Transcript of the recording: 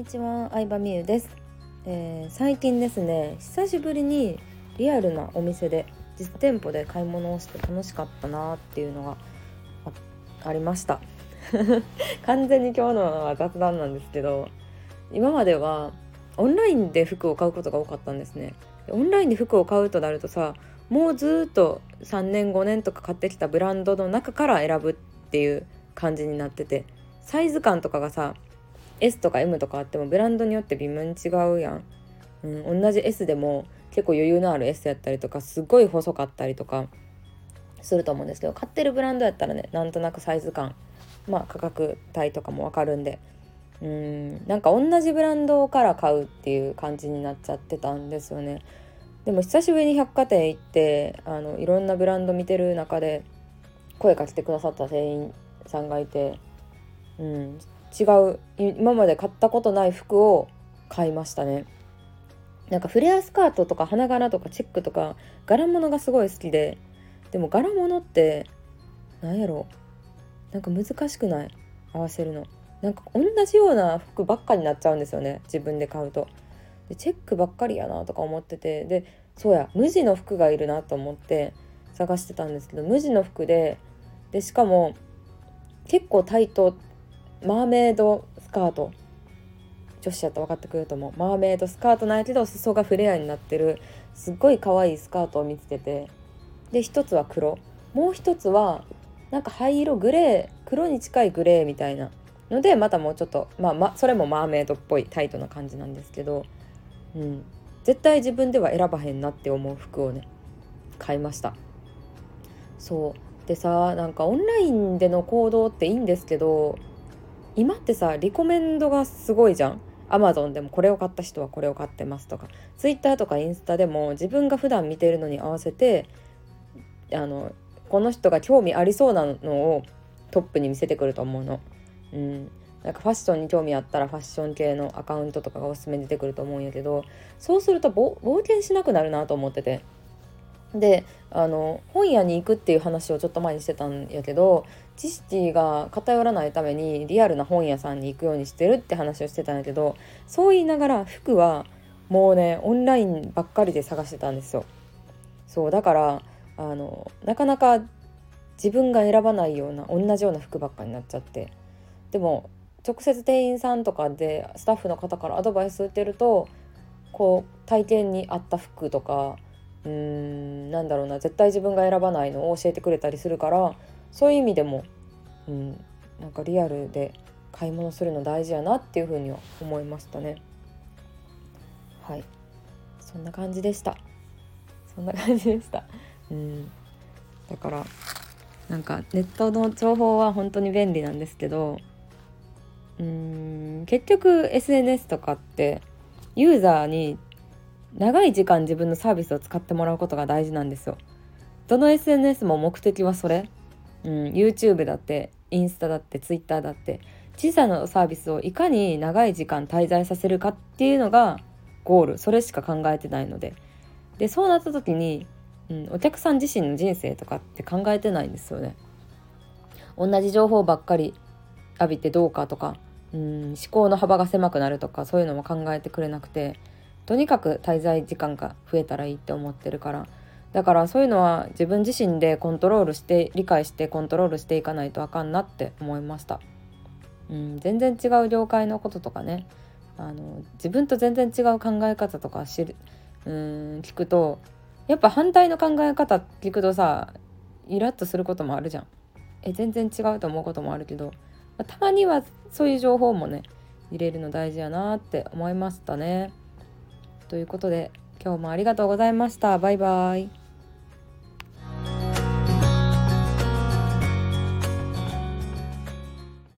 ちは、相葉美優です。最近ですね、久しぶりにリアルなお店で実店舗で買い物をして楽しかったなっていうのが ありました完全に今日のは雑談なんですけど、今まではオンラインで服を買うことが多かったんですね。オンラインで服を買うとなるとさ、もうずっと3年5年とか買ってきたブランドの中から選ぶっていう感じになってて、サイズ感とかがさS とか M とかあってもブランドによって微妙に違うやん、同じ S でも結構余裕のある S やったりとか、すごい細かったりとかすると思うんですけど、買ってるブランドやったらね、なんとなくサイズ感、価格帯とかもわかるんで、なんか同じブランドから買うっていう感じになっちゃってたんですよね。でも久しぶりに百貨店行っていろんなブランド見てる中で声かけてくださった店員さんがいて、違う今まで買ったことない服を買いましたね。なんかフレアスカートとか花柄とかチェックとか柄物がすごい好きで、でも柄物ってなんやろ、なんか難しくない？合わせるのなんか同じような服ばっかになっちゃうんですよね、自分で買うと。でチェックばっかりやなとか思ってて、でそうや、無地の服がいるなと思って探してたんですけど、無地の服でしかも結構タイト、マーメイドスカート、女子やったら分かってくれると思う。マーメイドスカートなんやけど裾がフレアになってるすっごい可愛いスカートを見つけて、で一つは黒、もう一つはなんか灰色グレー、黒に近いグレーみたいなので、またもうちょっとそれもマーメイドっぽいタイトな感じなんですけど、絶対自分では選ばへんなって思う服をね買いました。そうでさ、なんかオンラインでの行動っていいんですけど、今ってさリコメンドがすごいじゃん。Amazon でもこれを買った人はこれを買ってますとか、Twitter とかインスタでも自分が普段見てるのに合わせてこの人が興味ありそうなのをトップに見せてくると思うの。なんかファッションに興味あったらファッション系のアカウントとかがおすすめに出てくると思うんやけど、そうすると冒険しなくなるなと思ってて、で本屋に行くっていう話をちょっと前にしてたんやけど、知識が偏らないためにリアルな本屋さんに行くようにしてるって話をしてたんやけど、そう言いながら服はもうねオンラインばっかりで探してたんですよ。そうだからなかなか自分が選ばないような同じような服ばっかになっちゃって、でも直接店員さんとかでスタッフの方からアドバイス受けると、こう体験に合った服とかなんだろうな、絶対自分が選ばないのを教えてくれたりするから、そういう意味でもなんかリアルで買い物するの大事やなっていうふうには思いましたね。はい、そんな感じでした。だからなんかネットの情報は本当に便利なんですけど、結局 SNS とかってユーザーに長い時間自分のサービスを使ってもらうことが大事なんですよ。どの SNS も目的はそれ、YouTube だってインスタだってツイッターだって、小さなサービスをいかに長い時間滞在させるかっていうのがゴール、それしか考えてないので、そうなった時に、お客さん自身の人生とかって考えてないんですよね。同じ情報ばっかり浴びてどうかとか、思考の幅が狭くなるとか、そういうのも考えてくれなくて、とにかく滞在時間が増えたらいいって思ってるから、だからそういうのは自分自身でコントロールして、理解してコントロールしていかないとあかんなって思いました。全然違う業界のこととかね、自分と全然違う考え方とか聞くと、やっぱ反対の考え方聞くとさ、イラッとすることもあるじゃん。全然違うと思うこともあるけど、たまにはそういう情報もね入れるの大事やなって思いましたね。ということで今日もありがとうございました。バイバイ。